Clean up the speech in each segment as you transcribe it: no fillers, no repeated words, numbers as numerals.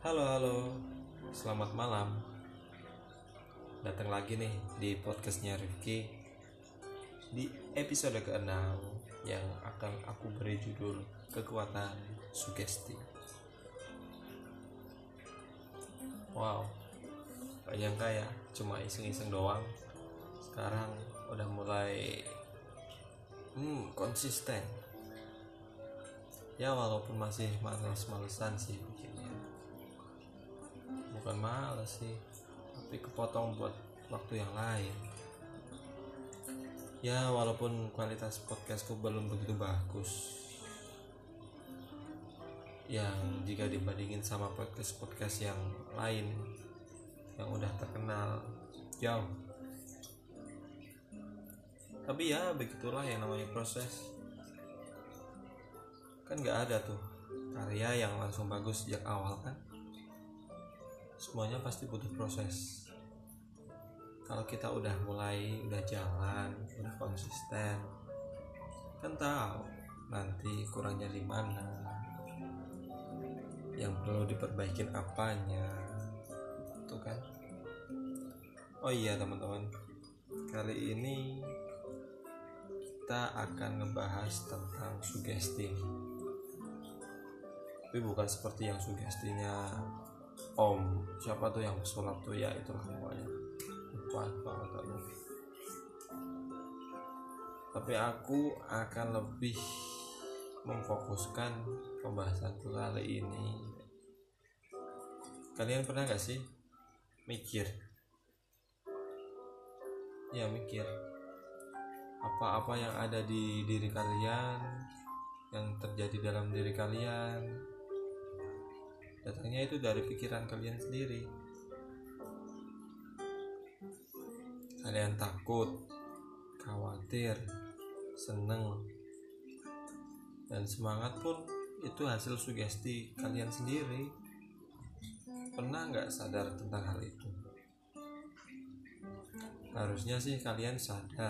Halo, halo. Selamat malam. Datang lagi nih di podcastnya Rifki di episode ke-6 yang akan aku beri judul Kekuatan Sugesti. Wow, gak nyangka ya, cuma iseng-iseng doang. Sekarang udah mulai konsisten. Ya walaupun masih males-malesan sih bikinnya. Bukan males sih, tapi kepotong buat waktu yang lain. Ya walaupun kualitas podcastku belum begitu bagus, yang jika dibandingin sama podcast yang lain yang udah terkenal jauh. Tapi ya begitulah yang namanya proses. Kan gak ada tuh karya yang langsung bagus sejak awal kan. Semuanya pasti butuh proses. Kalau kita udah mulai, udah jalan, udah konsisten, kan tahu nanti kurangnya di mana, yang perlu diperbaikin apanya, tuh kan. Oh iya teman-teman, kali ini kita akan ngebahas tentang sugesti. Tapi bukan seperti yang sugestinya Om siapa tuh yang pesulap tuh, ya itulah namanya, lupa banget aku. Tapi aku akan lebih memfokuskan pembahasan kali ini. Kalian pernah gak sih mikir apa-apa yang ada di diri kalian, yang terjadi dalam diri kalian, datangnya itu dari pikiran kalian sendiri. Kalian takut, khawatir, seneng, dan semangat pun itu hasil sugesti kalian sendiri. Pernah gak sadar tentang hal itu? Harusnya sih kalian sadar,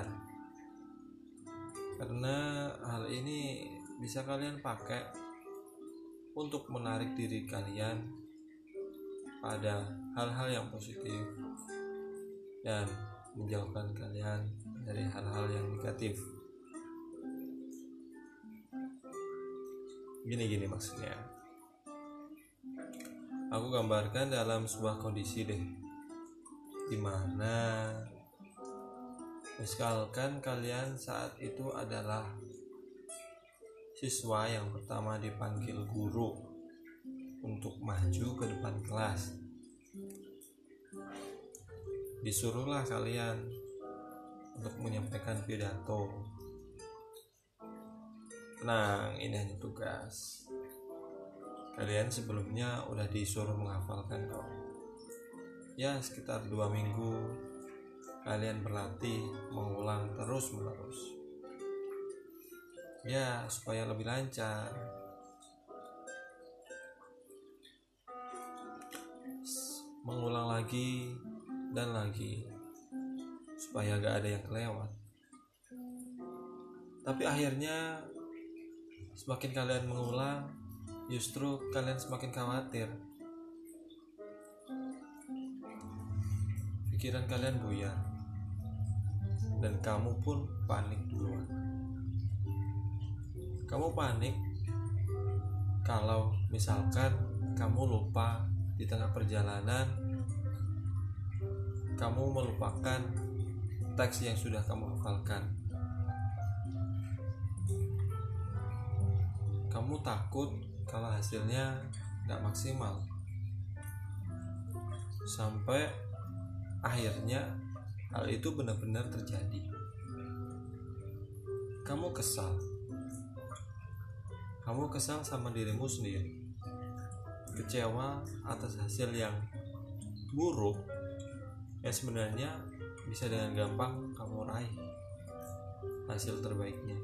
karena hal ini bisa kalian pakai untuk menarik diri kalian pada hal-hal yang positif dan menjauhkan kalian dari hal-hal yang negatif. Gini maksudnya. Aku gambarkan dalam sebuah kondisi deh, dimana misalkan kalian saat itu adalah siswa yang pertama dipanggil guru untuk maju ke depan kelas. Disuruhlah kalian untuk menyampaikan pidato. Tenang, ini hanya tugas. Kalian sebelumnya udah disuruh menghafalkan kok. Ya sekitar 2 minggu kalian berlatih mengulang terus-menerus. Ya supaya lebih lancar. Mengulang lagi dan lagi supaya gak ada yang kelewat. Tapi akhirnya semakin kalian mengulang, justru kalian semakin khawatir. Pikiran kalian buyar, dan kamu pun panik duluan. Kamu panik kalau misalkan kamu lupa di tengah perjalanan, kamu melupakan teks yang sudah kamu hafalkan. Kamu takut kalau hasilnya gak maksimal, sampai akhirnya hal itu benar-benar terjadi. Kamu kesal sama dirimu sendiri, kecewa atas hasil yang buruk yang sebenarnya bisa dengan gampang kamu raih hasil terbaiknya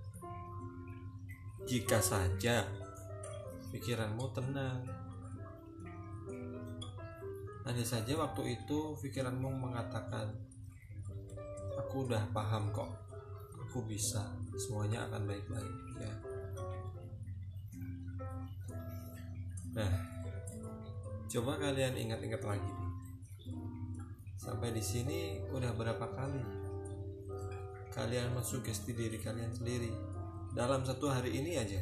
jika saja pikiranmu tenang. Andai saja waktu itu pikiranmu mengatakan, aku udah paham kok, aku bisa, semuanya akan baik-baik ya. Nah, Coba kalian ingat-ingat lagi nih. Sampai di sini udah berapa kali kalian mensugesti diri kalian sendiri dalam satu hari ini aja?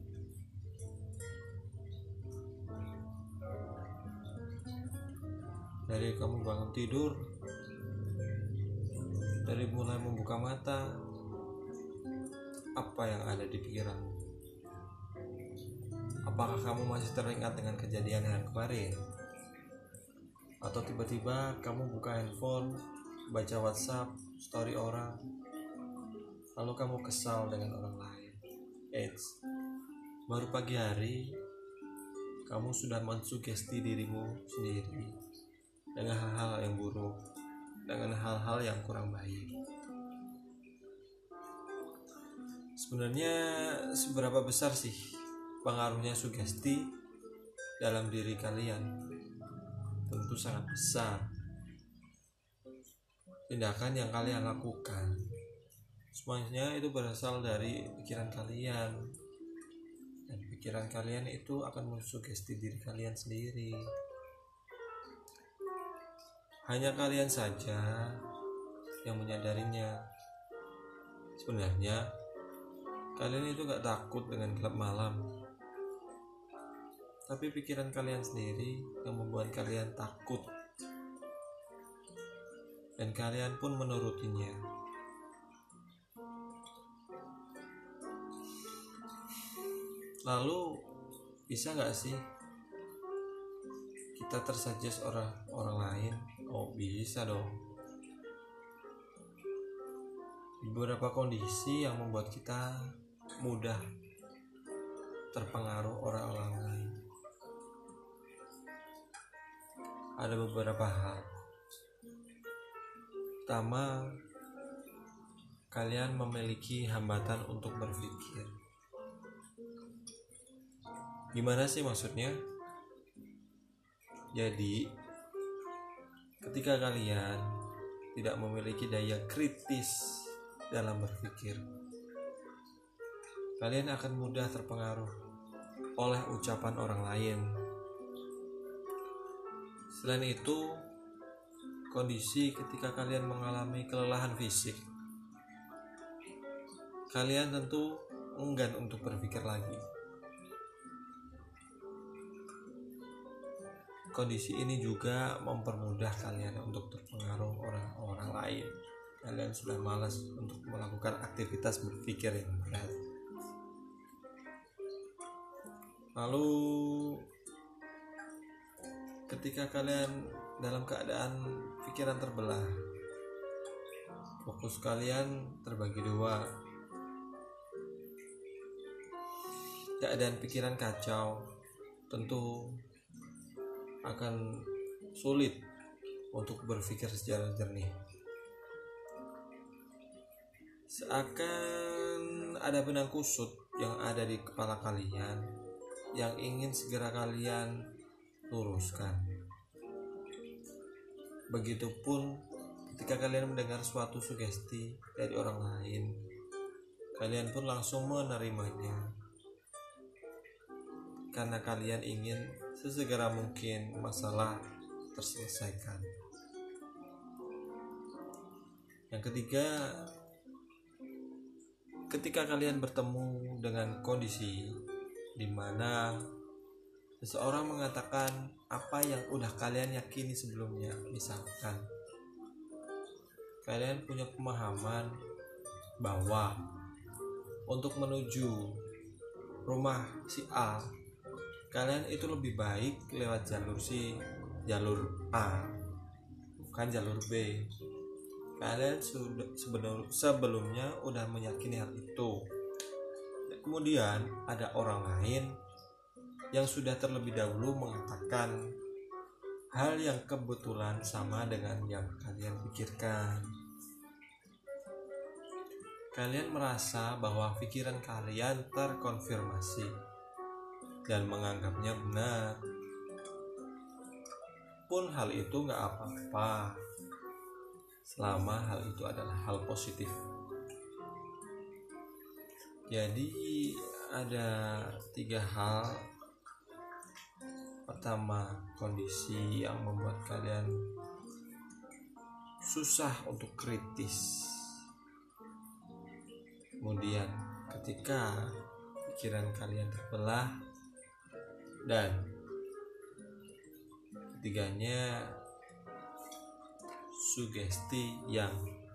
Dari kamu bangun tidur, dari mulai membuka mata, apa yang ada di pikiranmu? Apakah kamu masih teringat dengan kejadian yang kemarin? Atau tiba-tiba kamu buka handphone, baca WhatsApp, story orang, lalu kamu kesal dengan orang lain. Baru pagi hari kamu sudah mensugesti dirimu sendiri dengan hal-hal yang buruk, dengan hal-hal yang kurang baik. Sebenarnya seberapa besar sih pengaruhnya sugesti dalam diri kalian? Tentu sangat besar. Tindakan yang kalian lakukan semuanya itu berasal dari pikiran kalian, dan pikiran kalian itu akan mensugesti diri kalian sendiri. Hanya kalian saja yang menyadarinya. Sebenarnya kalian itu gak takut dengan gelap malam, tapi pikiran kalian sendiri yang membuat kalian takut, dan kalian pun menurutinya. Lalu bisa gak sih kita tersuggest orang lain? Oh, bisa dong. Beberapa kondisi yang membuat kita mudah terpengaruh orang lain. Ada beberapa hal. Pertama, kalian memiliki hambatan untuk berpikir. Gimana sih maksudnya? Jadi, ketika kalian tidak memiliki daya kritis dalam berpikir, kalian akan mudah terpengaruh oleh ucapan orang lain. Selain itu, kondisi ketika kalian mengalami kelelahan fisik, kalian tentu enggan untuk berpikir lagi. Kondisi ini juga mempermudah kalian untuk terpengaruh orang-orang lain. Kalian sudah malas untuk melakukan aktivitas berpikir yang berat. Lalu ketika kalian dalam keadaan pikiran terbelah, fokus kalian terbagi dua. Keadaan pikiran kacau tentu akan sulit untuk berpikir secara jernih. Seakan ada benang kusut yang ada di kepala kalian yang ingin segera kalian luruskan. Begitupun ketika kalian mendengar suatu sugesti dari orang lain, kalian pun langsung menerimanya, karena kalian ingin sesegera mungkin masalah terselesaikan. Yang ketiga, ketika kalian bertemu dengan kondisi di mana seseorang mengatakan apa yang udah kalian yakini sebelumnya, misalkan kalian punya pemahaman bahwa untuk menuju rumah si A, kalian itu lebih baik lewat jalur A, bukan jalur B. Kalian sudah sebelumnya udah meyakini hal itu. Kemudian ada orang lain yang sudah terlebih dahulu mengatakan hal yang kebetulan sama dengan yang kalian pikirkan. Kalian merasa bahwa pikiran kalian terkonfirmasi dan menganggapnya benar. Pun hal itu gak apa-apa, selama hal itu adalah hal positif. Jadi ada 3 hal. pertama, kondisi yang membuat kalian susah untuk kritis. Kemudian ketika pikiran kalian terbelah, dan ketiganya, sugesti yang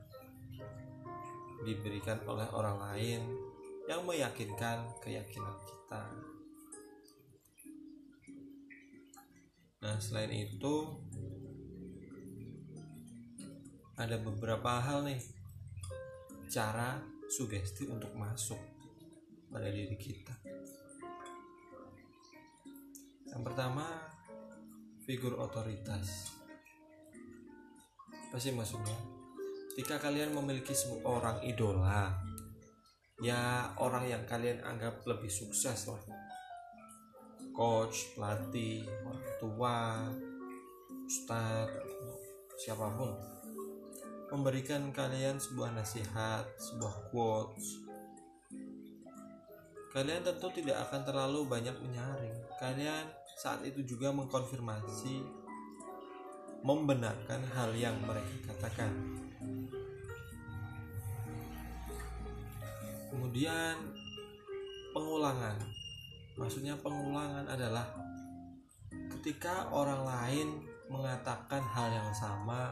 diberikan oleh orang lain yang meyakinkan keyakinan kita. Nah, selain itu ada beberapa hal nih, cara sugesti untuk masuk pada diri kita. Yang pertama, figur otoritas. Apa sih maksudnya? Ketika kalian memiliki seorang idola, ya orang yang kalian anggap lebih sukses lah, coach, pelatih, orang tua, ustadz, siapapun, memberikan kalian sebuah nasihat, sebuah quotes, kalian tentu tidak akan terlalu banyak menyaring. Kalian saat itu juga mengkonfirmasi, membenarkan hal yang mereka katakan. Kemudian pengulangan. Maksudnya pengulangan adalah ketika orang lain mengatakan hal yang sama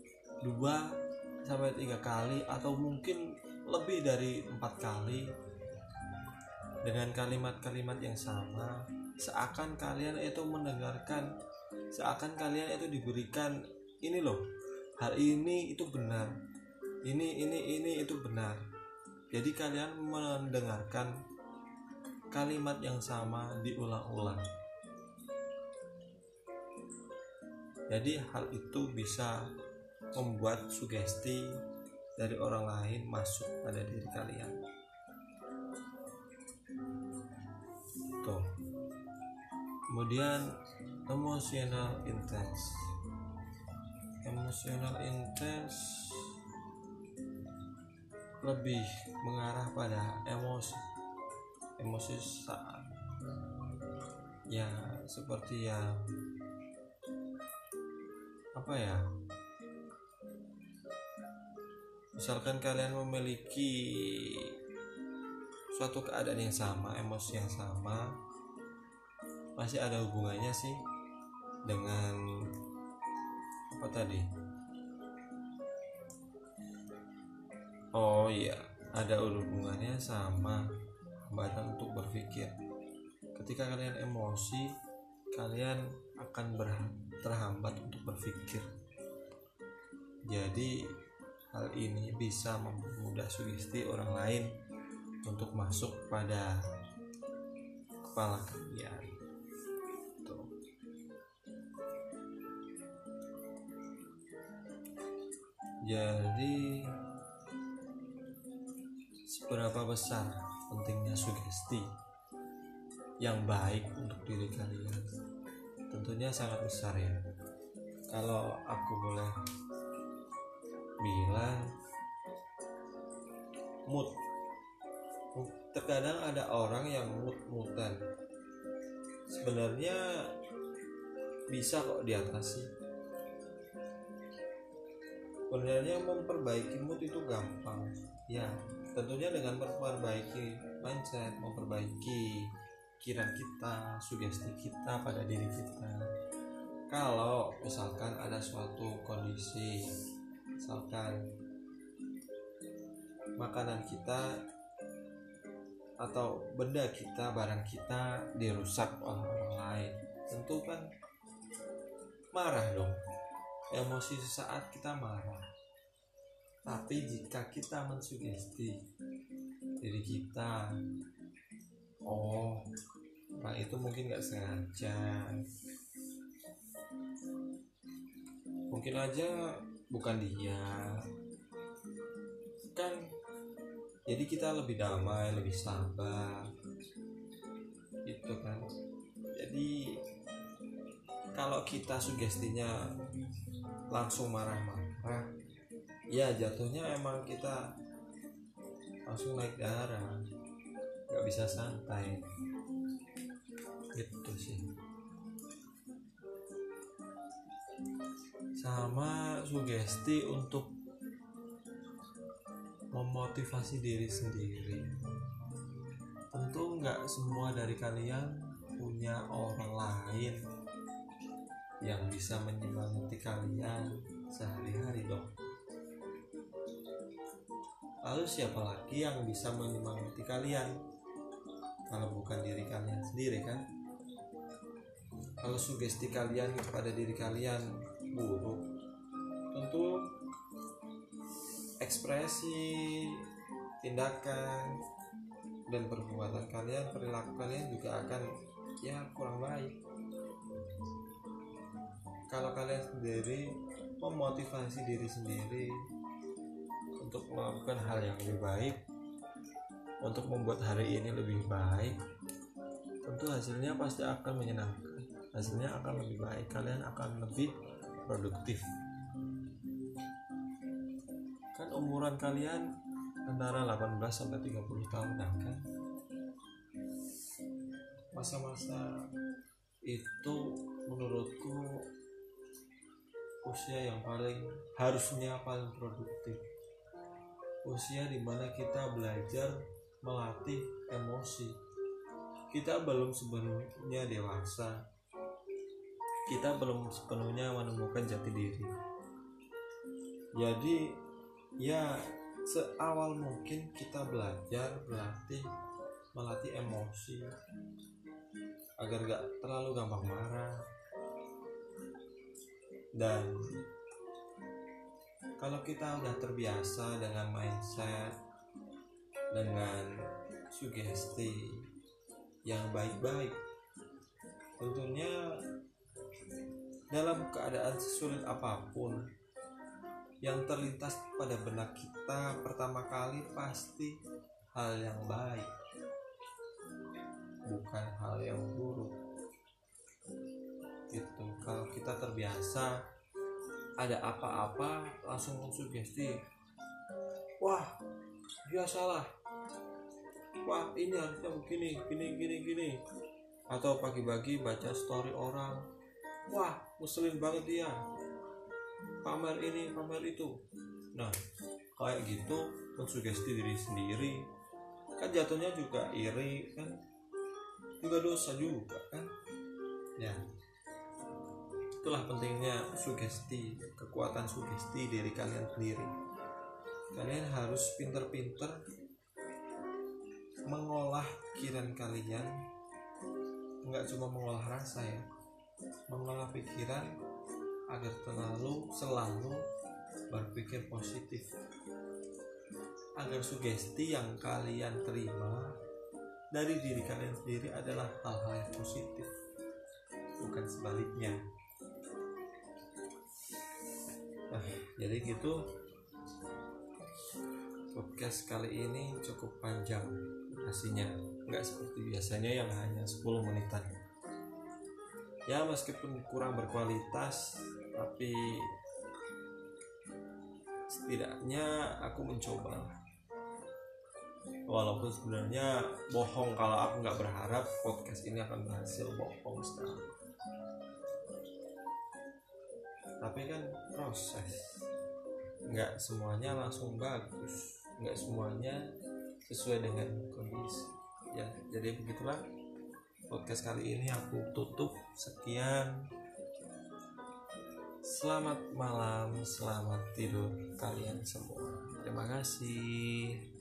2-3 kali atau mungkin lebih dari 4 kali dengan kalimat-kalimat yang sama, seakan kalian itu mendengarkan, seakan kalian itu diberikan, ini loh, hal ini itu benar, ini itu benar. Jadi kalian mendengarkan kalimat yang sama diulang-ulang. Jadi hal itu bisa membuat sugesti dari orang lain masuk pada diri kalian. Tuh. Kemudian emotional intense. Emotional intense lebih mengarah pada emosi saat ya, seperti yang apa ya, misalkan kalian memiliki suatu keadaan yang sama, emosi yang sama, pasti ada hubungannya sih dengan apa tadi? Oh iya, ada hubungannya sama hambatan untuk berpikir. Ketika kalian emosi, kalian akan terhambat untuk berpikir. Jadi hal ini bisa mempermudah sugesti orang lain untuk masuk pada kepala kalian. Tuh. Jadi seberapa besar pentingnya sugesti yang baik untuk diri kalian? Tentunya sangat besar ya. Kalau aku boleh bilang, mood. Terkadang ada orang yang mood-moodan. Sebenarnya bisa kok diatasi. Sebenarnya memperbaiki mood itu gampang. Ya, tentunya dengan memperbaiki mindset, memperbaiki pikiran kita, sugesti kita pada diri kita. Kalau misalkan ada suatu kondisi, misalkan makanan kita atau benda kita, barang kita dirusak oleh orang lain, tentu kan marah dong. Emosi sesaat kita marah. Tapi jika kita mensugesti diri kita, oh, orang itu mungkin gak sengaja, mungkin aja bukan dia, kan. Jadi kita lebih damai, lebih sabar, gitu kan. Jadi kalau kita sugestinya langsung marah-marah, ya jatuhnya emang kita langsung naik darah, gak bisa santai, gitu sih. sama sugesti untuk memotivasi diri sendiri. Tentu nggak semua dari kalian punya orang lain yang bisa menyemangati kalian sehari-hari dong. Lalu siapa lagi yang bisa menyemangati kalian kalau bukan diri kalian sendiri kan? Kalau sugesti kalian kepada diri kalian buruk, tentu ekspresi, tindakan, dan perbuatan kalian, perilaku kalian juga akan kurang baik. Kalau kalian sendiri memotivasi diri sendiri untuk melakukan hal yang lebih baik, untuk membuat hari ini lebih baik, tentu hasilnya pasti akan menyenangkan. Hasilnya akan lebih baik, kalian akan lebih produktif. Kan umuran kalian antara 18 sampai 30 tahun kan? Masa-masa itu menurutku usia yang harusnya paling produktif. Usia dimana kita belajar melatih emosi. Kita belum sepenuhnya dewasa. Kita belum sepenuhnya menemukan jati diri. Jadi seawal mungkin kita belajar melatih emosi agar gak terlalu gampang marah. Dan kalau kita udah terbiasa dengan mindset, dengan sugesti yang baik-baik, tentunya dalam keadaan sesulit apapun yang terlintas pada benak kita pertama kali pasti hal yang baik, bukan hal yang buruk. Gitu. Kalau kita terbiasa ada apa-apa langsung sugesti, wah dia salah, wah ini harusnya begini, atau pagi-pagi baca story orang, wah ngeselin banget dia, pamer ini pamer itu. Nah kayak gitu mensugesti diri sendiri kan, jatuhnya juga iri kan, juga dosa juga kan ya. Itulah pentingnya sugesti, kekuatan sugesti diri kalian sendiri. Kalian harus pinter-pinter mengolah pikiran kalian, nggak cuma mengolah rasa ya, mengolah pikiran agar selalu berpikir positif, agar sugesti yang kalian terima dari diri kalian sendiri adalah hal-hal yang positif, bukan sebaliknya. Jadi gitu, podcast kali ini cukup panjang durasinya, nggak seperti biasanya yang hanya 10 menitan. Ya meskipun kurang berkualitas, tapi setidaknya aku mencoba. Walaupun sebenarnya bohong kalau aku nggak berharap podcast ini akan berhasil, bohong sekali. Tapi kan proses, nggak semuanya langsung bagus, nggak semuanya sesuai dengan kondisi ya. Jadi begitulah podcast kali ini aku tutup. Sekian, selamat malam, selamat tidur kalian semua. Terima kasih.